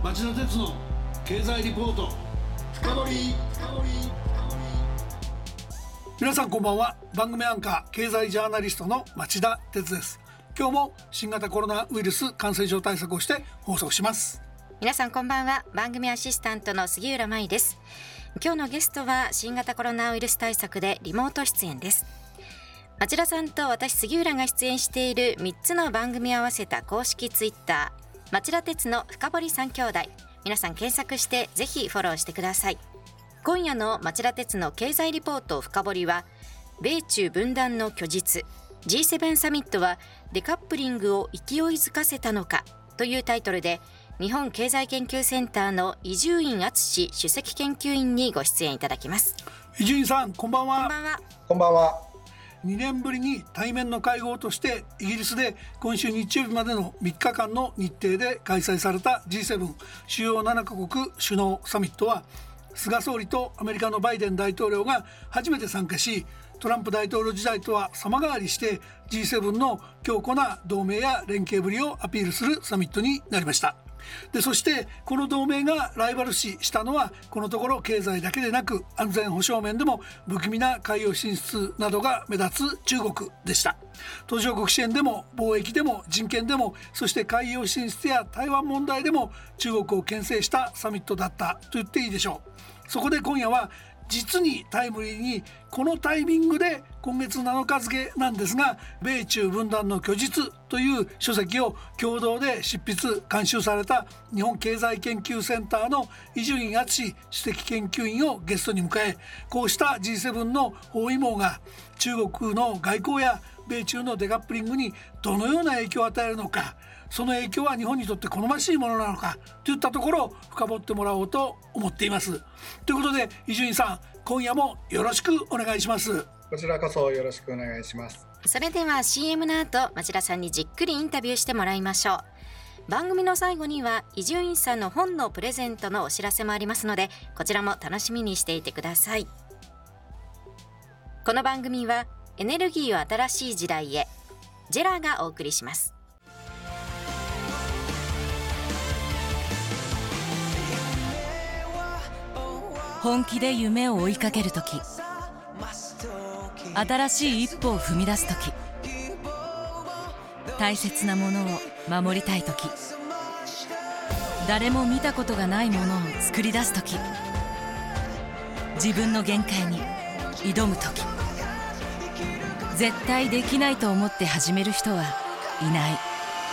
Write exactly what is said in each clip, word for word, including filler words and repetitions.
町田鉄の経済リポート深掘り。皆さんこんばんは。番組アンカー経済ジャーナリストの町田鉄です。今日も新型コロナウイルス感染症対策をして放送します。 皆さんこんばんは。番組アシスタントの杉浦舞です。今日のゲストは新型コロナウイルス対策でリモート出演です。町田さんと私杉浦が出演しているみっつの番組を合わせた公式ツイッター町田鉄の深堀三兄弟、皆さん検索してぜひフォローしてください。今夜の町田鉄の経済リポート深堀は、米中分断の虚実 ジーセブン サミットはデカップリングを勢いづかせたのかというタイトルで、日本経済研究センターの伊集院敦首席研究員にご出演いただきます。 伊集院さんこんばんは。 こんばんは。 こんばんは。 にねんぶりに対面の会合としてイギリスで今週日曜日までのみっかかんの日程で開催された ジーセブン 主要ななカ国首脳サミットは、菅総理とアメリカのバイデン大統領が初めて参加し、トランプ大統領時代とは様変わりして ジーセブン の強固な同盟や連携ぶりをアピールするサミットになりました。でそしてこの同盟がライバル視したのは、このところ経済だけでなく安全保障面でも不気味な海洋進出などが目立つ中国でした。途上国支援でも貿易でも人権でも、そして海洋進出や台湾問題でも中国を牽制したサミットだったと言っていいでしょう。そこで今夜は実にタイムリーに、このタイミングで今月なのか付なんですが、米中分断の虚実という書籍を共同で執筆監修された日本経済研究センターの伊集院敦首席研究員をゲストに迎え、こうした ジーセブン の包囲網が中国の外交や米中のデカップリングにどのような影響を与えるのか、その影響は日本にとって好ましいものなのかといったところを深掘ってもらおうと思っています。ということで伊集院さん、今夜もよろしくお願いします。 こちらこそよろしくお願いします。 それでは シーエム の後、町田さんにじっくりインタビューしてもらいましょう。番組の最後には伊集院さんの本のプレゼントのお知らせもありますので、こちらも楽しみにしていてください。この番組はエネルギーを新しい時代へ、ジェラがお送りします。 本気で夢を追いかけるとき、新しい一歩を踏み出すとき、大切なものを守りたいとき、誰も見たことがないものを作り出すとき、自分の限界に挑むとき、絶対できないと思って始める人はいない。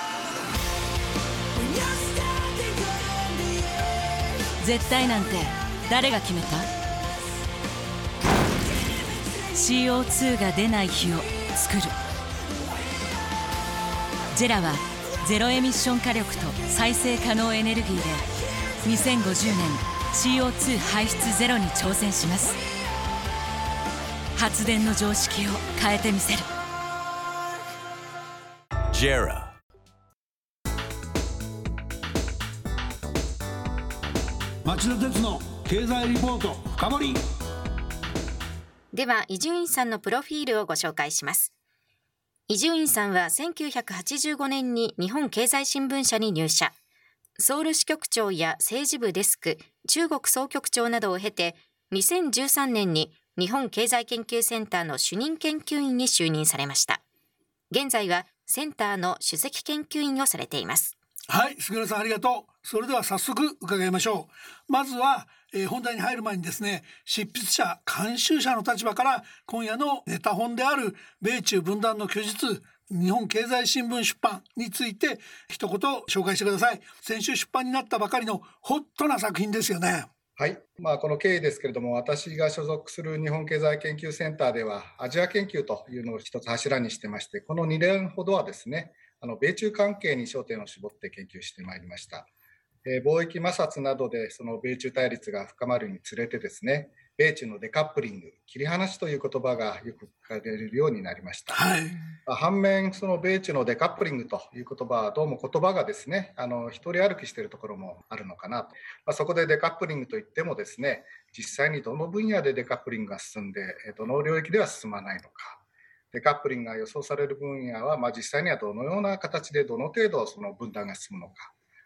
絶対なんて誰が決めた？ シーオーツー が出ない日を作る。ジェラはゼロエミッション火力と再生可能エネルギーでにせんごじゅうねん シーオーツー 排出ゼロに挑戦します。発電の常識を変えてみせる。 ジェラ。 町田鉄の経済リポート深掘り。 では伊集院さんのプロフィールをご紹介します。伊集院さんはせんきゅうひゃくはちじゅうごねんに日本経済新聞社に入社。ソウル支局長や政治部デスク、中国総局長などを経て、にせんじゅうさんねんに日本経済研究センターの主任研究員に就任されました。現在はセンターの首席研究員をされています。 はい、杉浦さんありがとう。それでは早速伺いましょう。まずは、えー、本題に入る前にですね、執筆者監修者の立場から今夜のネタ本である米中分断の虚実、日本経済新聞出版について一言紹介してください。先週出版になったばかりのホットな作品ですよね。 はい、まあ、この経緯ですけれども、私が所属する日本経済研究センターではアジア研究というのを一つ柱にしてまして、このにねんほどはですね、あの米中関係に焦点を絞って研究してまいりました。えー、貿易摩擦などでその米中対立が深まるにつれてですね、米中のデカップリング、切り離しという言葉がよく書かれるようになりました。 はい、 反面、その米中のデカップリングという言葉はどうも言葉がですね、あの一人歩きしているところもあるのかなと。まあ、そこでデカップリングといってもですね、実際にどの分野でデカップリングが進んで、どの領域では進まないのか。デカップリングが予想される分野は、まあ、実際にはどのような形でどの程度その分断が進むのか。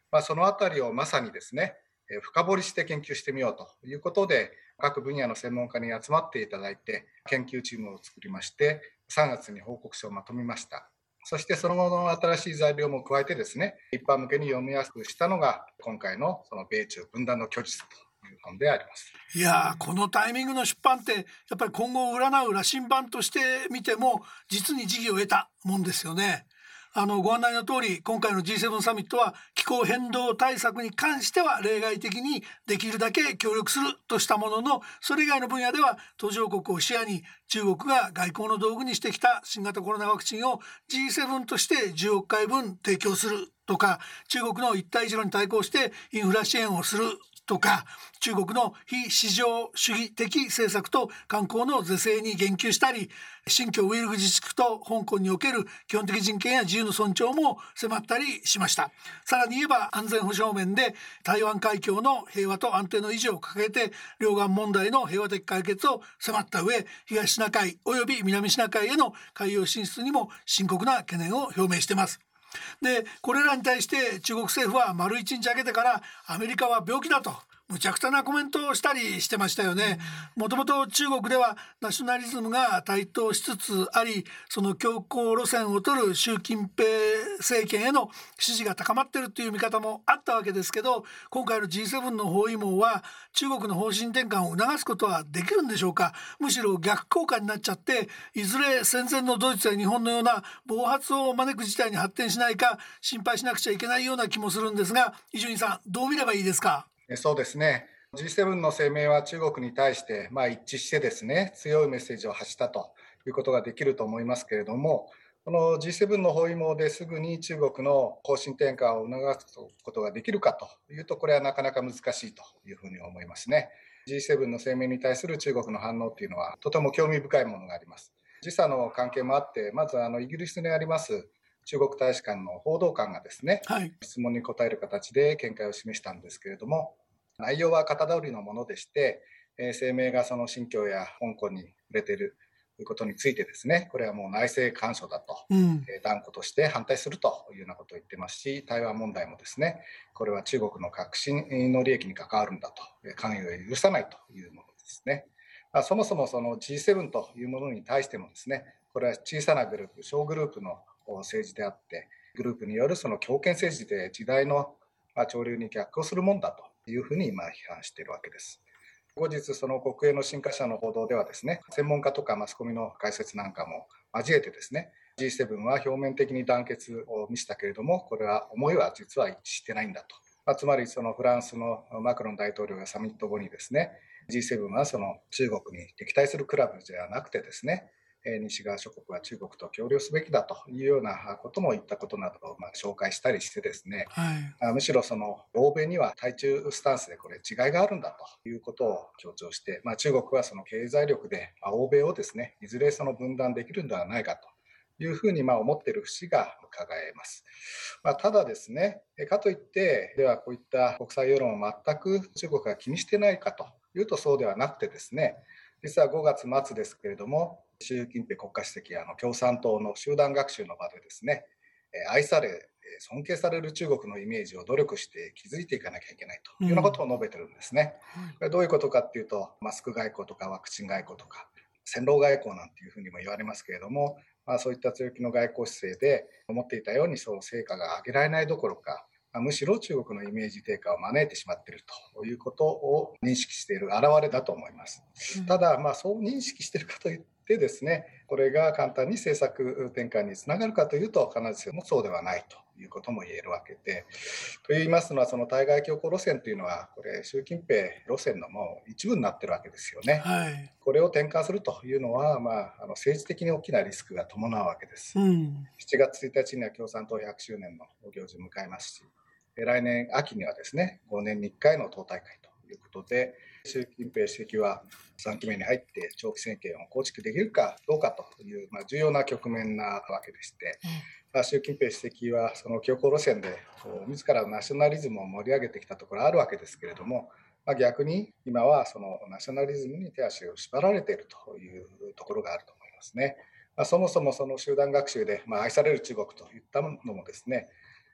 まあ、そのあたりをまさにですね、深掘りして研究してみようということで、各分野の専門家に集まっていただいて、研究チームを作りまして、さんがつに報告書をまとめました。そしてその後の新しい材料も加えてですね、一般向けに読みやすくしたのが、今回のその米中分断の虚実という本であります。 いやー、このタイミングの出版ってやっぱり今後を占う羅針盤として見ても実に時宜を得たもんですよね。あのご案内の通り、今回の ジーセブン サミットは気候変動対策に関しては例外的にできるだけ協力するとしたものの、それ以外の分野では途上国を視野に中国が外交の道具にしてきた新型コロナワクチンを ジーセブン としてじゅうおくかいぶん提供するとか、中国の一帯一路に対抗してインフラ支援をするとか、中国の非市場主義的政策と観光の是正に言及したり、新疆ウイグル自治区と香港における基本的人権や自由の尊重も迫ったりしました。さらに言えば安全保障面で台湾海峡の平和と安定の維持を掲げて、両岸問題の平和的解決を迫った上、東シナ海および南シナ海への海洋進出にも深刻な懸念を表明しています。でこれらに対して中国政府は丸一日空けてからアメリカは病気だと無茶苦茶なコメントをしたりしてましたよね。もともと中国ではナショナリズムが台頭しつつあり、その強硬路線を取る習近平政権への支持が高まっているという見方もあったわけですけど、今回の ジーセブン の包囲網は中国の方針転換を促すことはできるんでしょうか。むしろ逆効果になっちゃって、いずれ戦前のドイツや日本のような暴発を招く事態に発展しないか心配しなくちゃいけないような気もするんですが、伊集院さん、どう見ればいいですか。 そうですね。ジーセブン の声明は中国に対して、まあ、一致してですね、強いメッセージを発したということができると思いますけれども、この ジーセブン の包囲網ですぐに中国の方針転換を促すことができるかというと、これはなかなか難しいというふうに思いますね。ジーセブン の声明に対する中国の反応というのはとても興味深いものがあります。時差の関係もあって、まずあのイギリスにあります中国大使館の報道官がですね、はい、質問に答える形で見解を示したんですけれども、内容は型通りのものでして、えー、声明がその新疆や香港に触れているということについてですね、これはもう内政干渉だと、うん、えー、断固として反対するというようなことを言ってますし、台湾問題もですね、これは中国の核心の利益に関わるんだと、関与を許さないというものですね。まあ、そもそもその ジーセブン というものに対してもですね、これは小さなグループ、小グループの政治であって、グループによるその強権政治で時代の潮流に逆行するもんだというふうに今批判しているわけです。後日その国営の新華社の報道ではですね、専門家とかマスコミの解説なんかも交えてですね、 ジーセブン は表面的に団結を見せたけれども、これは思いは実は一致してないんだと、まあ、つまりそのフランスのマクロン大統領がサミット後にですね、 ジーセブン はその中国に敵対するクラブではなくてですね、西側諸国は中国と協力すべきだというようなことも言ったことなどをまあ紹介したりしてですね、はい、むしろその欧米には対中スタンスでこれ違いがあるんだということを強調して、まあ、中国はその経済力で欧米をですね、いずれその分断できるのではないかというふうにまあ思っている節が伺えます。まあ、ただですね、かといってではこういった国際世論を全く中国が気にしてないかというとそうではなくてですね、実はごがつ末ですけれども、習近平国家主席はあの共産党の集団学習の場でですね、愛され尊敬される中国のイメージを努力して築いていかなきゃいけないというようなことを述べてるんですね。これどういうことかっていうと、マスク外交とかワクチン外交とか戦狼外交なんていうふうにも言われますけれども、まあ、そういった強気の外交姿勢で思っていたようにそう成果が上げられないどころか、むしろ中国のイメージ低下を招いてしまっているということを認識している表れだと思います。ただ、まあ、そう認識しているかといってですね、これが簡単に政策転換につながるかというと必ずしもそうではないということも言えるわけで、と言いますのは、その対外強硬路線というのはこれ習近平路線のもう一部になっているわけですよね。はい、これを転換するというのは、まあ、あの政治的に大きなリスクが伴うわけです。うん、しちがつついたちには共産党ひゃくしゅうねんの行事を迎えますし、来年秋にはですね、ごねんにいっかいの党大会ということで、習近平主席はさんきめに入って長期政権を構築できるかどうかという、まあ、重要な局面なわけでして、まあ、習近平主席はその強硬路線でこう自らのナショナリズムを盛り上げてきたところあるわけですけれども、まあ、逆に今はそのナショナリズムに手足を縛られているというところがあると思いますね。まあ、そもそもその集団学習で、まあ、愛される中国といったのもですね、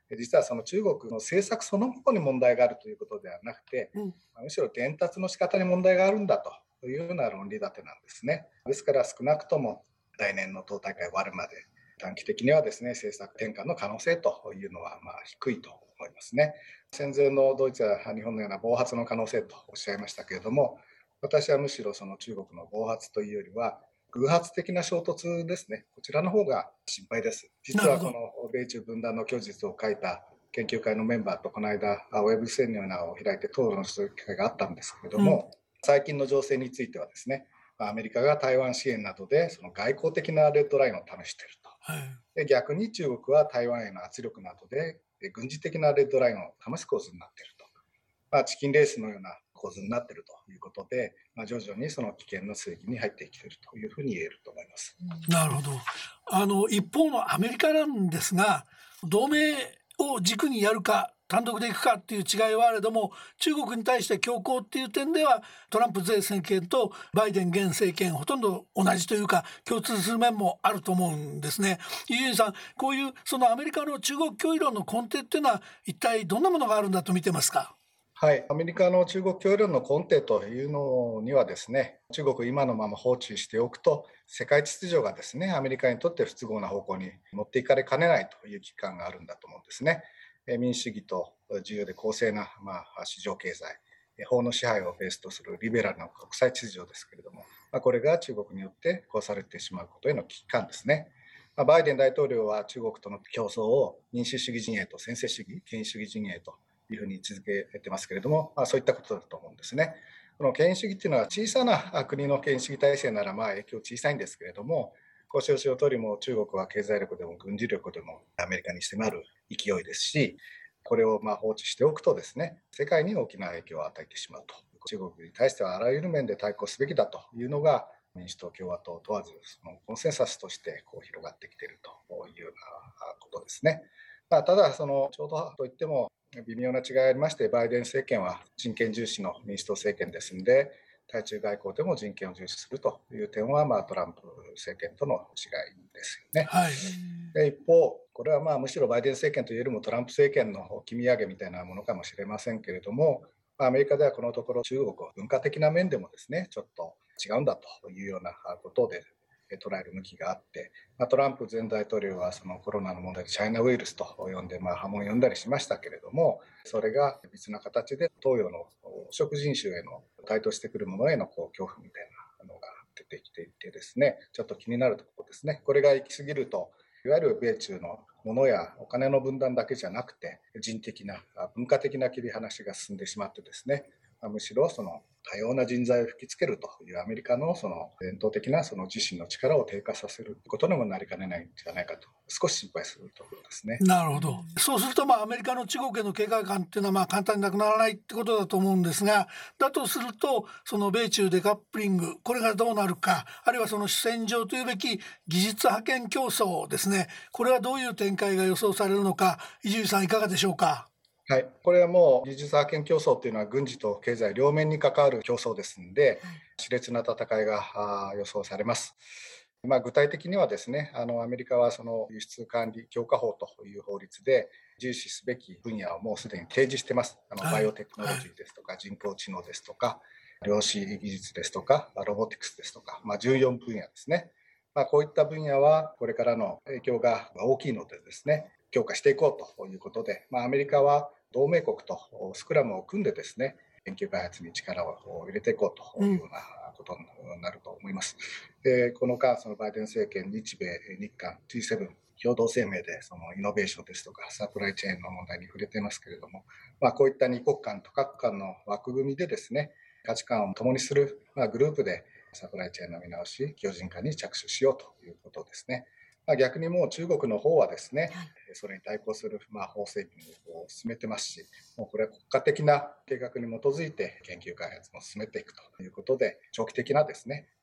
実はその中国の政策そのものに問題があるということではなくて、うん、むしろ伝達の仕方に問題があるんだというような論理立てなんですね。ですから少なくとも来年の党大会終わるまで短期的にはですね、政策転換の可能性というのはまあ低いと思いますね。戦前のドイツや日本のような暴発の可能性とおっしゃいましたけれども、私はむしろその中国の暴発というよりは偶発的な衝突ですね、こちらの方が心配です。実はこの米中分断の虚実を書いた研究会のメンバーとこの間ウェブセミナーを開いて討論する機会があったんですけれども、うん、最近の情勢についてはですね、アメリカが台湾支援などでその外交的なレッドラインを試していると、はい、で逆に中国は台湾への圧力などで軍事的なレッドラインを試す構図になっていると、まあ、チキンレースのような構図になっているということで、まあ、徐々にその危険な水域に入ってきているというふうに言えると思います。 なるほど。あの一方のアメリカなんですが、同盟を軸にやるか単独でいくかっていう違いはあれども、中国に対して強硬っていう点ではトランプ前政権とバイデン現政権ほとんど同じというか共通する面もあると思うんですね。伊集院さん、こういうそのアメリカの中国脅威論の根底っていうのは一体どんなものがあるんだと見てますか？ はい、アメリカの中国脅威論の根底というのにはですね、中国を今のまま放置しておくと世界秩序がですね、アメリカにとって不都合な方向に持っていかれかねないという危機感があるんだと思うんですね。民主主義と自由で公正な、まあ、市場経済、法の支配をベースとするリベラルな国際秩序ですけれども、まあ、これが中国によって壊されてしまうことへの危機感ですね。まあ、バイデン大統領は中国との競争を民主主義陣営と専制主義、権威主義陣営というふうに位置づけてますけれども、まあ、そういったことだと思うんですね。この権威主義っていうのは小さな国の権威主義体制ならまあ影響小さいんですけれども、ご承知の通りも中国は経済力でも軍事力でもアメリカに迫る勢いですし、これをまあ放置しておくとですね、世界に大きな影響を与えてしまうと。中国に対してはあらゆる面で対抗すべきだというのが民主党共和党問わずそのコンセンサスとしてこう広がってきているというようなことですね。まあ、ただそのちょうどといっても微妙な違いがありまして、バイデン政権は人権重視の民主党政権ですので、対中外交でも人権を重視するという点は、まあ、トランプ政権との違いですよね。 はい、 で一方、これはまあむしろバイデン政権というよりもトランプ政権の置き土産みたいなものかもしれませんけれども、アメリカではこのところ中国を文化的な面でもですね、ちょっと違うんだというようなことで捉える向きがあって、まあ、トランプ前大統領はそのコロナの問題でチャイナウイルスと呼んで、まあ、波紋を呼んだりしましたけれども、それが別な形で東洋の黄色人種への台頭してくるものへのこう恐怖みたいなのが出てきていてですね、ちょっと気になるところですね。これが行き過ぎると、いわゆる米中のものやお金の分断だけじゃなくて、人的な文化的な切り離しが進んでしまってですね、むしろその多様な人材を吹きつけるというアメリカのその伝統的なその自身の力を低下させることにもなりかねないんじゃないかと少し心配するところですね。 なるほど。そうするとまあアメリカの中国への警戒感っていうのはまあ簡単になくならないってことだと思うんですが、だとするとその米中デカップリング、これがどうなるか、あるいはその主戦場というべき技術覇権競争ですね、これはどういう展開が予想されるのか、伊集院さんいかがでしょうか？ はい、これはもう技術覇権競争というのは軍事と経済両面に関わる競争ですので、熾烈な戦いが予想されます。まあ、具体的にはですね、あのアメリカはその輸出管理強化法という法律で重視すべき分野をもうすでに提示しています。あのバイオテクノロジーですとか人工知能ですとか量子技術ですとかロボティクスですとか、まあ、じゅうよんぶんやですね。まあ、こういった分野はこれからの影響が大きいのでですね、強化していこうということで、まあ、アメリカは同盟国とスクラムを組んでですね、研究開発に力を入れていこうというようなことになると思います。でこの間、そのバイデン政権、日米、日韓、ジーセブン 共同声明でそのイノベーションですとかサプライチェーンの問題に触れていますけれども、まあ、こういった二国間と各間の枠組みでですね、価値観を共にする、まあ、グループでサプライチェーンの見直し、強靭化に着手しようということですね。まあ、逆にもう中国の方はですね、はい、それに対抗するまあ法整備を進めてますし、もうこれは国家的な計画に基づいて研究開発も進めていくということで、長期的なですね、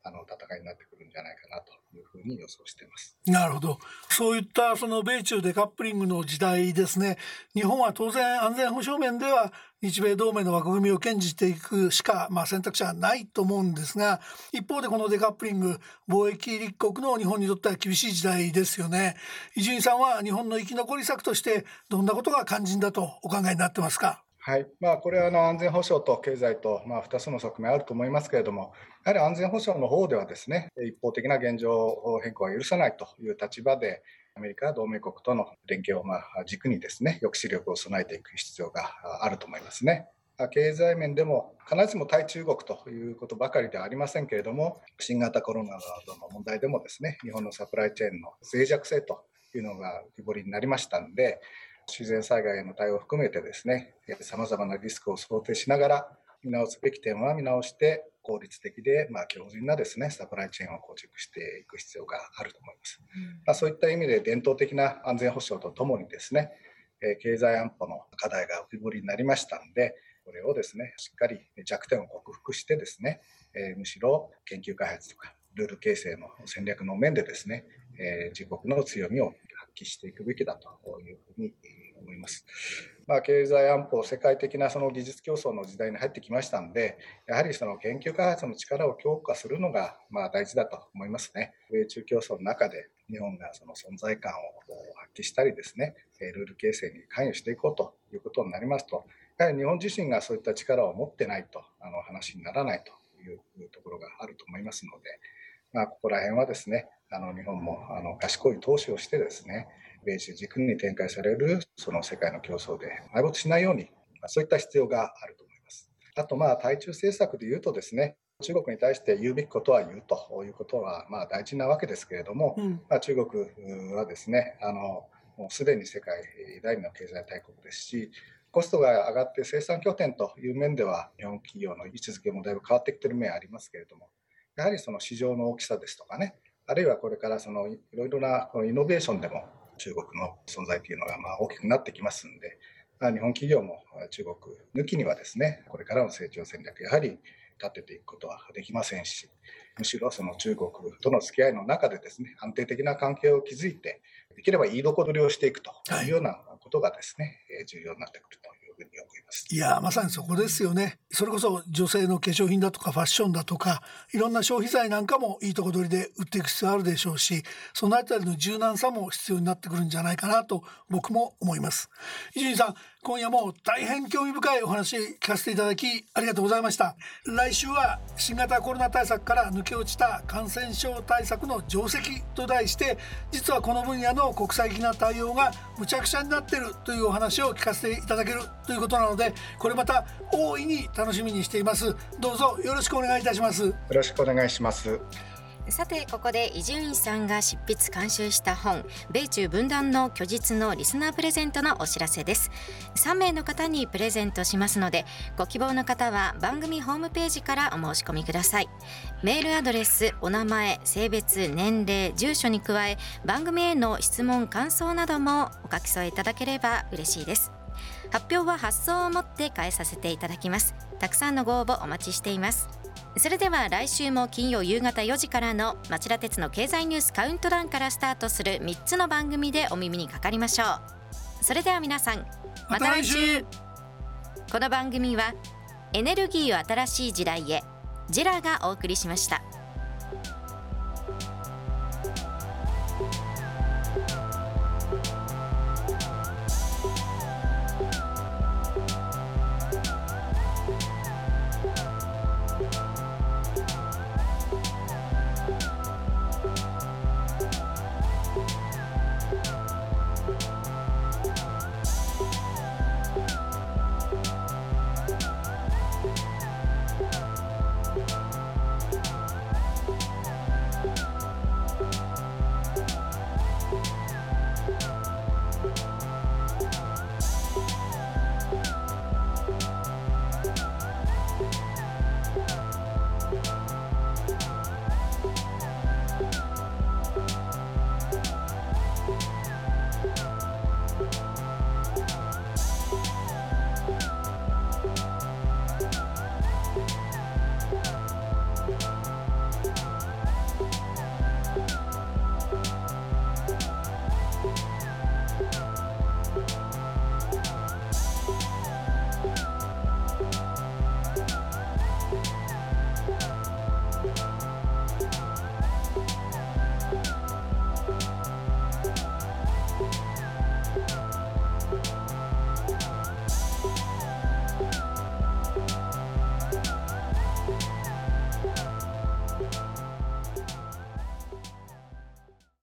あの戦いになってくるんじゃないかなというふうに予想しています。 なるほど。そういったその米中デカップリングの時代ですね。日本は当然安全保障面では日米同盟の枠組みを堅持していくしか、まあ、選択肢はないと思うんですが、一方でこのデカップリング、貿易立国の日本にとっては厳しい時代ですよね。伊集院さんは日本の生き残り策としてどんなことが肝心だとお考えになってますか？ はい、まあ、これはあの安全保障と経済と、まあ、ふたつの側面あると思いますけれども、やはり安全保障の方ではですね、一方的な現状変更は許さないという立場で、アメリカ同盟国との連携をまあ軸にですね、抑止力を備えていく必要があると思いますね。経済面でも必ずしも対中国ということばかりではありませんけれども、新型コロナなどの問題でもですね、日本のサプライチェーンの脆弱性というのが浮き彫りになりましたので、自然災害への対応を含めてですね、さまざまなリスクを想定しながら見直すべき点は見直して、効率的でまあ強靭なですね、サプライチェーンを構築していく必要があると思います。うんまあ、そういった意味で伝統的な安全保障とともにですね、経済安保の課題が浮き彫りになりましたので、これをですね、しっかり弱点を克服してですね、えー、むしろ研究開発とかルール形成の戦略の面でですね、えー、自国の強みを発揮していくべきだというふうに思います。まあ、経済安保、世界的なその技術競争の時代に入ってきましたので、やはりその研究開発の力を強化するのがまあ大事だと思いますね。米中競争の中で日本がその存在感を発揮したりですね、ルール形成に関与していこうということになりますと、やはり日本自身がそういった力を持ってないとあの話にならないというところがあると思いますので、まあ、ここら辺はですね、あの日本もあの賢い投資をしてですね、米中軸に展開されるその世界の競争で埋没しないように、そういった必要があると思います。あと、まあ対中政策でいうとですね、中国に対して言うべきことは言うということはまあ大事なわけですけれども、うん、まあ、中国はですね、あのもうすでに世界第二の経済大国ですし、コストが上がって生産拠点という面では日本企業の位置づけもだいぶ変わってきている面はありますけれども、やはりその市場の大きさですとかね、あるいはこれからそのいろいろなイノベーションでも中国の存在というのがまあ大きくなってきますので、まあ、日本企業も中国抜きにはですね、これからの成長戦略やはり立てていくことはできませんし、むしろその中国との付き合いの中でですね、安定的な関係を築いて、できればいいとこ取りをしていくというようなことがですね、はい、重要になってくるというふうに思います。 いやまさにそこですよね。それこそ女性の化粧品だとかファッションだとかいろんな消費財なんかもいいとこ取りで売っていく必要あるでしょうし、そのあたりの柔軟さも必要になってくるんじゃないかなと僕も思います。伊集院さん、今夜も大変興味深いお話聞かせていただきありがとうございました。来週は新型コロナ対策から抜け落ちた感染症対策の定石と題して、実はこの分野の国際的な対応がむちゃくちゃになっているというお話を聞かせていただけるということなので、これまた大いに楽しみにしています。どうぞよろしくお願いいたします。 よろしくお願いします。 さて、ここで伊集院さんが執筆監修した本、米中分断の虚実のリスナープレゼントのお知らせです。さんめいの方にプレゼントしますので、ご希望の方は番組ホームページからお申し込みください。メールアドレス、お名前、性別、年齢、住所に加え、番組への質問感想などもお書き添えいただければ嬉しいです。発表は発送をもって返させていただきます。たくさんのご応募お待ちしています。それでは来週も金曜夕方よじからの町田鉄の経済ニュースカウントダウンからスタートするみっつの番組でお耳にかかりましょう。それでは皆さん、また来週。この番組はエネルギーを新しい時代へ、ジェラがお送りしました。